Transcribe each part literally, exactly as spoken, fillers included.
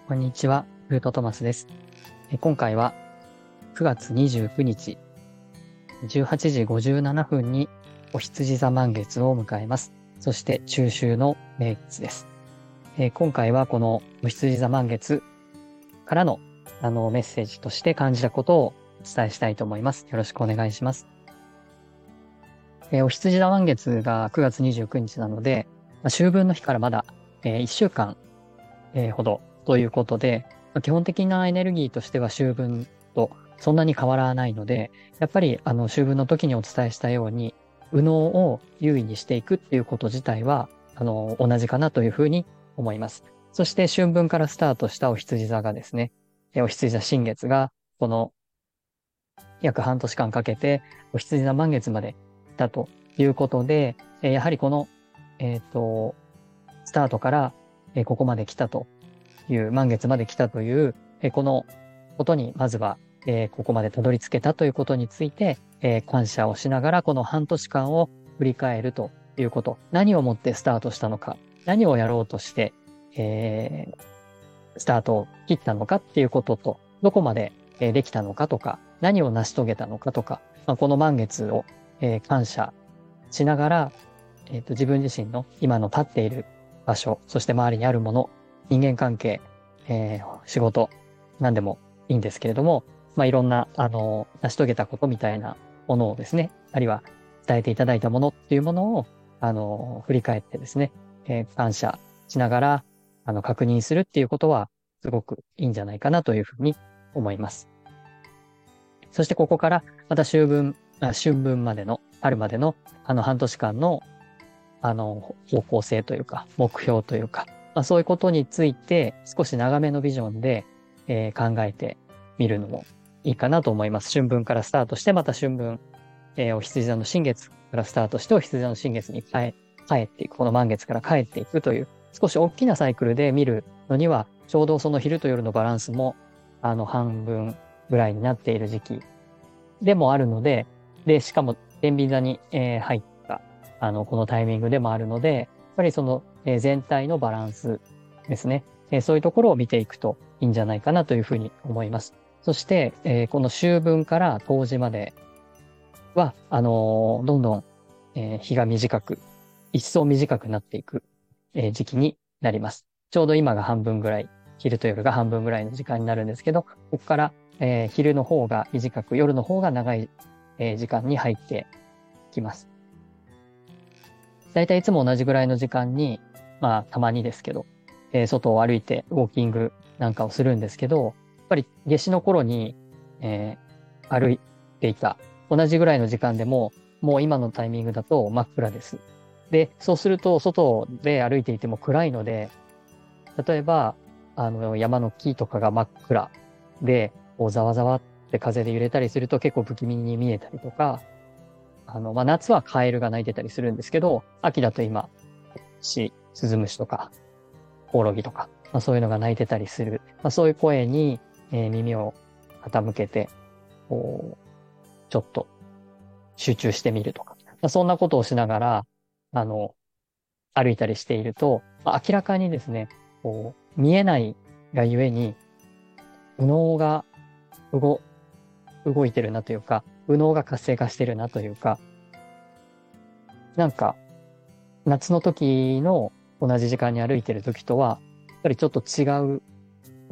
こんにちは、ルートトマスです。え今回はくがつにじゅうくにち、じゅうはちじごじゅうななふんにお羊座満月を迎えます。そして中秋の名月です。え今回はこのお羊座満月からのあのメッセージとして感じたことをお伝えしたいと思います。よろしくお願いします。えお羊座満月がくがつにじゅうくにちなので、まあ、秋分の日からまだ、えいっしゅうかん、えーほどということで、まあ基本的なエネルギーとしては秋分とそんなに変わらないので、やっぱりあの秋分の時にお伝えしたように、右脳を優位にしていくっていうこと自体は、あの、同じかなというふうに思います。そして春分からスタートしたお羊座がですね、えーお羊座新月が、この約半年間かけてお羊座満月まで来たということで、えーやはりこの、えっと、スタートから、えーここまで来たという、満月まで来たという、えーこのことに、まずは、えーここまでたどり着けたということについて、えー感謝をしながら、この半年間を振り返るということ。何をもってスタートしたのか、何をやろうとして、えースタートを切ったのかっていうことと、どこまでえーできたのかとか、何を成し遂げたのかとか、まあ、この満月を、えー感謝しながら、えっと、自分自身の今の立っている場所、そして周りにあるもの、人間関係、えー仕事、何でもいいんですけれども、まあ、いろんな、あの、成し遂げたことみたいなものをですね、あるいは伝えていただいたものっていうものを、あの、振り返ってですね、えー感謝しながら、あの、確認するっていうことは、すごくいいんじゃないかなというふうに思います。そしてここから、また秋分、あ春分までの、春までの、あの、半年間のあの、方向性というか、目標というか、まあ、そういうことについて少し長めのビジョンで、えー考えてみるのもいいかなと思います。春分からスタートして、また春分、えーお羊座の新月からスタートして、お羊座の新月に帰帰っていく、この満月から帰っていくという、少し大きなサイクルで見るのには、ちょうどその昼と夜のバランスも、あの、半分ぐらいになっている時期でもあるので、で、しかも、天秤座に、えー入った、あの、このタイミングでもあるので、やっぱりその、えー全体のバランスですね。えーそういうところを見ていくといいんじゃないかなというふうに思います。そして、えーこの秋分から冬至までは、あのーどんどん、えー日が短く、一層短くなっていく、えー時期になります。ちょうど今が半分ぐらい、昼と夜が半分ぐらいの時間になるんですけど、ここから、えー昼の方が短く、夜の方が長い、えー時間に入ってきます。だいたいいつも同じぐらいの時間に、まあ、たまにですけど、えー外を歩いてウォーキングなんかをするんですけど、やっぱり夏至の頃に、えー歩いていた同じぐらいの時間でも、もう今のタイミングだと真っ暗です。で、そうすると外で歩いていても暗いので、例えば、あの、山の木とかが真っ暗で、こうざわざわって風で揺れたりすると結構不気味に見えたりとか、あの、まあ、夏はカエルが鳴いてたりするんですけど、秋だと今、し、スズムシとか、コオロギとか、まあ、そういうのが鳴いてたりする。まあ、そういう声に、えー耳を傾けて、こう、ちょっと集中してみるとか。まあ、そんなことをしながら、あの、歩いたりしていると、まあ、明らかにですね、こう、見えないがゆえに、右脳が動、動いてるなというか、右脳が活性化してるなというか、なんか、夏の時の同じ時間に歩いてる時とは、やっぱりちょっと違う、うん、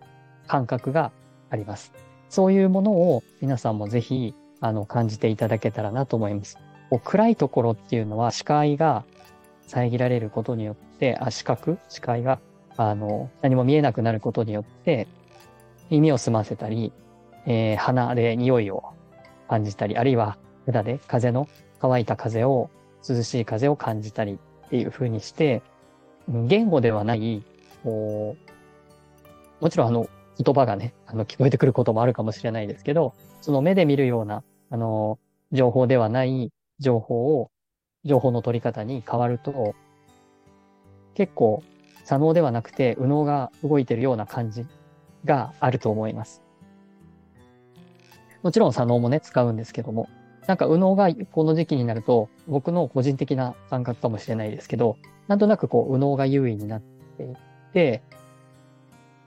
感覚があります。そういうものを皆さんもぜひ、あの、感じていただけたらなと思います。こう暗いところっていうのは視界が遮られることによって、あ、視覚、視界が、あの、何も見えなくなることによって、耳を澄ませたり、えー鼻で匂いを感じたり、あるいは管で風の乾いた風を、涼しい風を感じたりっていう風にして、言語ではない、こう、もちろんあの、言葉がね、あの、聞こえてくることもあるかもしれないですけど、その目で見るような、あの、情報ではない情報を、情報の取り方に変わると、結構、左脳ではなくて、右脳が動いてるような感じがあると思います。もちろん左脳もね、使うんですけども、なんか右脳がこの時期になると、僕の個人的な感覚かもしれないですけど、なんとなくこう、右脳が優位になっていって、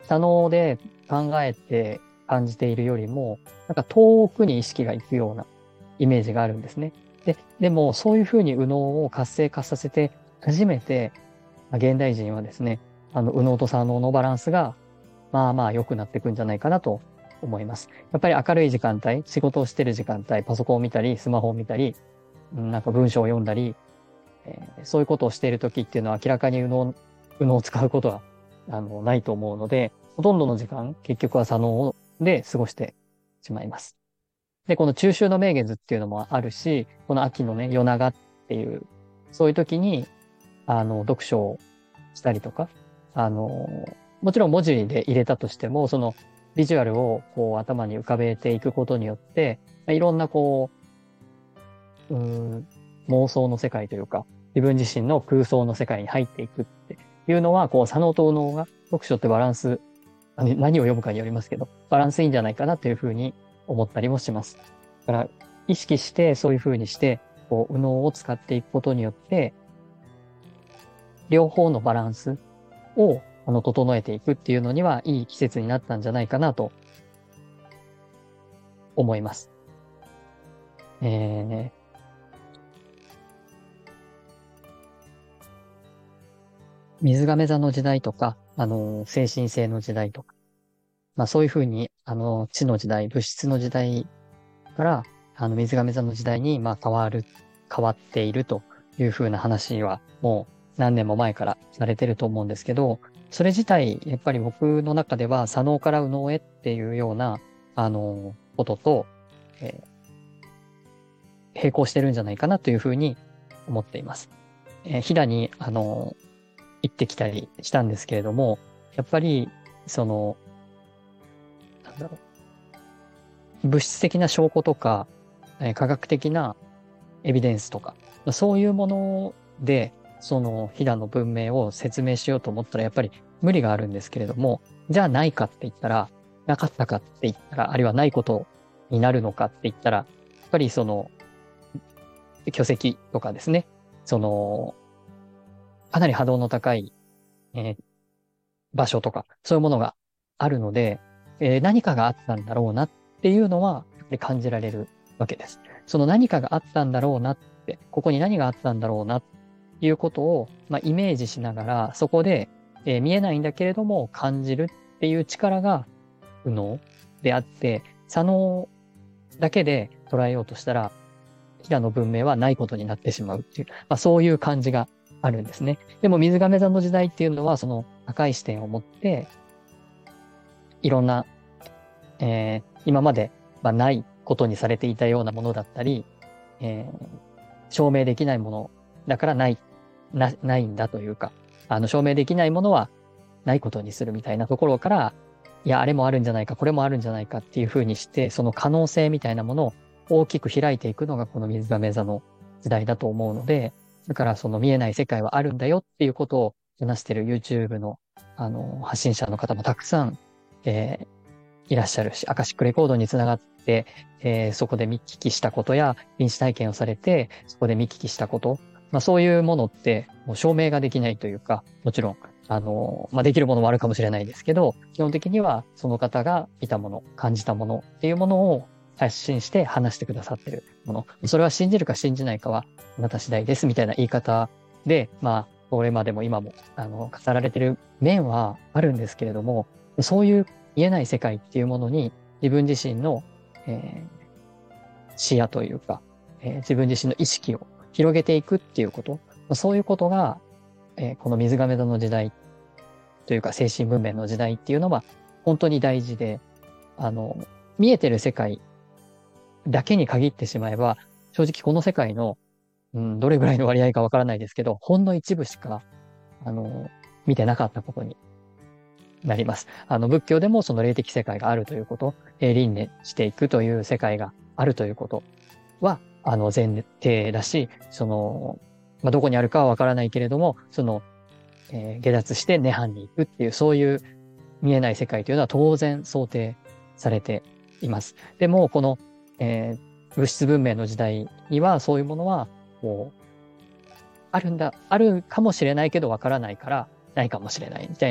左脳で考えて感じているよりも、なんか遠くに意識が行くようなイメージがあるんですね。で、でもそういうふうに右脳を活性化させて初めて、現代人はですね、あの、右脳と左脳のバランスが、まあまあ良くなっていくんじゃないかなと思います。やっぱり明るい時間帯、仕事をしてる時間帯、パソコンを見たり、スマホを見たり、なんか文章を読んだり、えーそういうことをしている時っていうのは明らかに右脳、右脳を使うことは、あの、ないと思うので、ほとんどの時間、結局は左脳で過ごしてしまいます。で、この中秋の名月っていうのもあるし、この秋のね、夜長っていう、そういう時に、あの、読書をしたりとか、あの、もちろん文字で入れたとしても、そのビジュアルをこう頭に浮かべていくことによって、いろんなこう、うーん、妄想の世界というか、自分自身の空想の世界に入っていくっていうのは、こう、左脳と右脳が読書ってバランス、あの何を読むかによりますけど、バランスいいんじゃないかなというふうに思ったりもします。だから、意識してそういうふうにして、こう、右脳を使っていくことによって、両方のバランスをあの整えていくっていうのにはいい季節になったんじゃないかなと思います。えー、水亀座の時代とか、あの、精神性の時代とか、まあそういうふうに、あの、地の時代、物質の時代から、あの、水亀座の時代に、まあ変わる、変わっているというふうな話は、もう何年も前からされてると思うんですけど、それ自体、やっぱり僕の中では、左脳から右脳へっていうような、あの、ことと、えー並行してるんじゃないかなというふうに思っています。えー、飛騨に、あの、行ってきたりしたんですけれども、やっぱり、その、なんだろう、物質的な証拠とか、えー科学的なエビデンスとか、そういうもので、その飛騨の文明を説明しようと思ったら、やっぱり無理があるんですけれども、じゃあないかって言ったら、なかったかって言ったら、あるいはないことになるのかって言ったら、やっぱりその巨石とかですね、その、かなり波動の高い、えー場所とか、そういうものがあるので、えー何かがあったんだろうなっていうのは、やっぱり感じられるわけです。その何かがあったんだろうなって、ここに何があったんだろうなっていうことを、まあ、イメージしながら、そこで、えー見えないんだけれども感じるっていう力が右脳であって、左脳だけで捉えようとしたら、平の文明はないことになってしまうっていう、まあ、そういう感じがあるんですね。でも水亀座の時代っていうのは、その高い視点を持って、いろんな、えー今まで、まあ、ないことにされていたようなものだったり、えー証明できないものだからない、な、ないんだというか、あの、証明できないものはないことにするみたいなところから、いや、あれもあるんじゃないか、これもあるんじゃないかっていうふうにして、その可能性みたいなものを大きく開いていくのがこの水亀座の時代だと思うので、だからその見えない世界はあるんだよっていうことを話している YouTube の、あの、発信者の方もたくさん、えーいらっしゃるし、アカシックレコードにつながって、えーそこで見聞きしたことや、臨死体験をされて、そこで見聞きしたこと、まあそういうものって、もう証明ができないというか、もちろん、あの、まあできるものもあるかもしれないですけど、基本的にはその方が見たもの、感じたものっていうものを発信して話してくださってるもの。それは信じるか信じないかは、あなた次第ですみたいな言い方で、まあ、これまでも今も、あの、語られてる面はあるんですけれども、そういう見えない世界っていうものに自分自身の、えー視野というか、えー自分自身の意識を広げていくっていうこと、そういうことが、えーこの水亀座の時代というか精神文明の時代っていうのは本当に大事で、あの、見えてる世界だけに限ってしまえば、正直この世界の、うん、どれぐらいの割合かわからないですけど、ほんの一部しか、あの、見てなかったことになります。あの、仏教でもその霊的世界があるということ、えー輪廻していくという世界があるということは、あの、前提だし、その、まあ、どこにあるかはわからないけれども、その、えー下脱して涅槃に行くっていう、そういう見えない世界というのは当然想定されています。でも、この、えー物質文明の時代には、そういうものは、こう、あるんだ、あるかもしれないけどわからないから、ないかもしれないみたいな、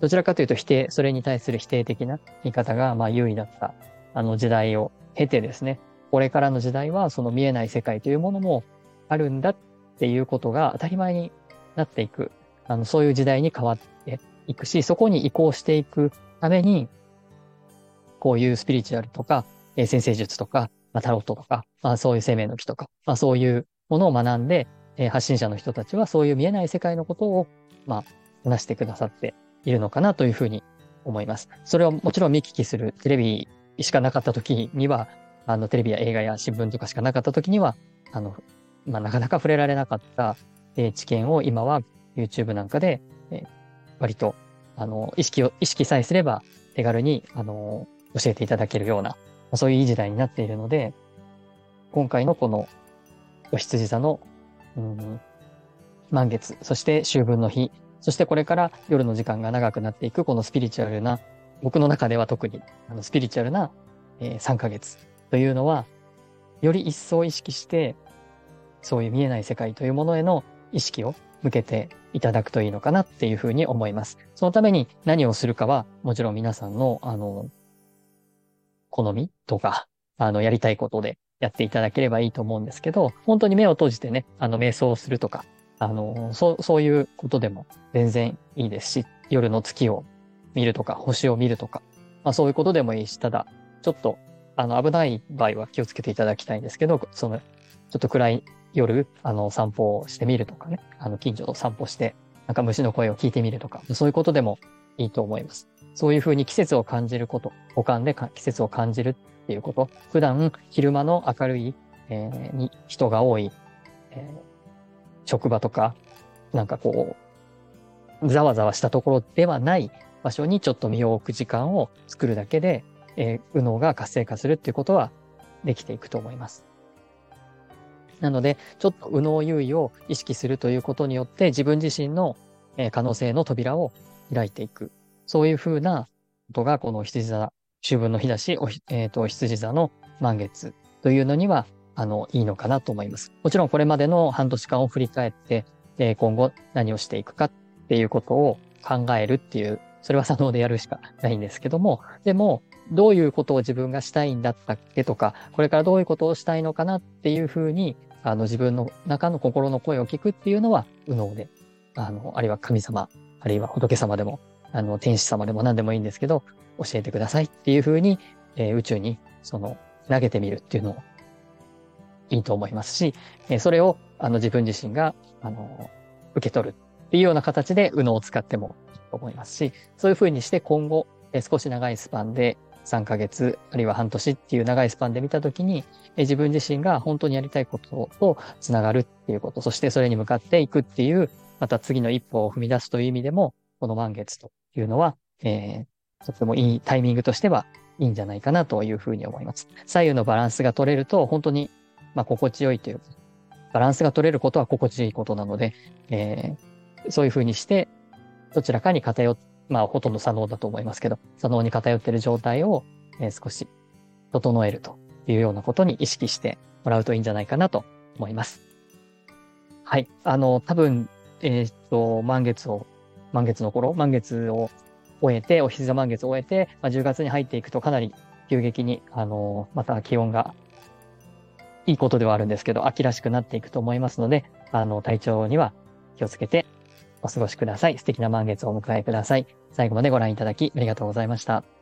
どちらかというと否定、それに対する否定的な見方が、まあ優位だった、あの時代を経てですね、これからの時代はその見えない世界というものもあるんだっていうことが当たり前になっていく、あの、そういう時代に変わっていくし、そこに移行していくために、こういうスピリチュアルとか、えー、占星術とか、まあ、タロットとか、まあ、そういう生命の木とか、まあ、そういうものを学んで、えー、発信者の人たちはそういう見えない世界のことを、まあ、話してくださっているのかなというふうに思います。それはもちろん見聞きするテレビしかなかった時には、あの、テレビや映画や新聞とかしかなかった時には、あの、まあ、なかなか触れられなかった、えー、知見を今は YouTube なんかで、えー、割と、あの、意識を、意識さえすれば手軽に、あの、教えていただけるような、そういういい時代になっているので、今回のこのお羊座の、うん、満月、そして秋分の日、そしてこれから夜の時間が長くなっていくこのスピリチュアルな、僕の中では特にあのスピリチュアルな、えー、さんかげつというのは、より一層意識して、そういう見えない世界というものへの意識を向けていただくといいのかなっていうふうに思います。そのために何をするかは、もちろん皆さんの、あの、好みとか、あの、やりたいことでやっていただければいいと思うんですけど、本当に目を閉じてね、あの、瞑想をするとか、あの、そう、そういうことでも全然いいですし、夜の月を見るとか、星を見るとか、まあそういうことでもいいし、ただ、ちょっと、あの、危ない場合は気をつけていただきたいんですけど、その、ちょっと暗い夜、あの、散歩をしてみるとかね、あの、近所の散歩して、なんか虫の声を聞いてみるとか、そういうことでもいいと思います。そういうふうに季節を感じること、五感で季節を感じるっていうこと、普段昼間の明るい、えー、に人が多い、えー、職場とか、なんかこう、ざわざわしたところではない場所にちょっと身を置く時間を作るだけで、えー、右脳が活性化するっていうことはできていくと思います。なので、ちょっと右脳優位を意識するということによって、自分自身の可能性の扉を開いていく。そういうふうなことが、この羊座、秋分の日だし、えっと、羊座の満月というのには、あの、いいのかなと思います。もちろんこれまでの半年間を振り返って、え今後何をしていくかっていうことを考えるっていう、それは左脳でやるしかないんですけども、でも、どういうことを自分がしたいんだったっけとか、これからどういうことをしたいのかなっていうふうに、あの、自分の中の心の声を聞くっていうのは、右脳で、あの、あるいは神様、あるいは仏様でも、あの、天使様でも何でもいいんですけど、教えてくださいっていうふうに、えー、宇宙に、その、投げてみるっていうのを、いいと思いますし、えー、それを、あの、自分自身が、あの、受け取るっていうような形で、右脳を使ってもいいと思いますし、そういうふうにして今後、えー、少し長いスパンで、さんかげつ、あるいは半年っていう長いスパンで見たときに、え自分自身が本当にやりたいこととつながるっていうこと、そしてそれに向かっていくっていう、また次の一歩を踏み出すという意味でも、この満月というのは、えー、とてもいいタイミングとしてはいいんじゃないかなというふうに思います。左右のバランスが取れると、本当に、まあ、心地よいという、バランスが取れることは心地いいことなので、えー、そういうふうにして、どちらかに偏っまあ、ほとんど左脳だと思いますけど、左脳に偏っている状態を、えー、少し整えるというようなことに意識してもらうといいんじゃないかなと思います。はい。あの、多分、えー、っと、満月を、満月の頃、満月を終えて、お羊座満月を終えて、まあ、じゅうがつに入っていくとかなり急激に、あの、また気温がいいことではあるんですけど、秋らしくなっていくと思いますので、あの、体調には気をつけてお過ごしください。素敵な満月をお迎えください。最後までご覧いただきありがとうございました。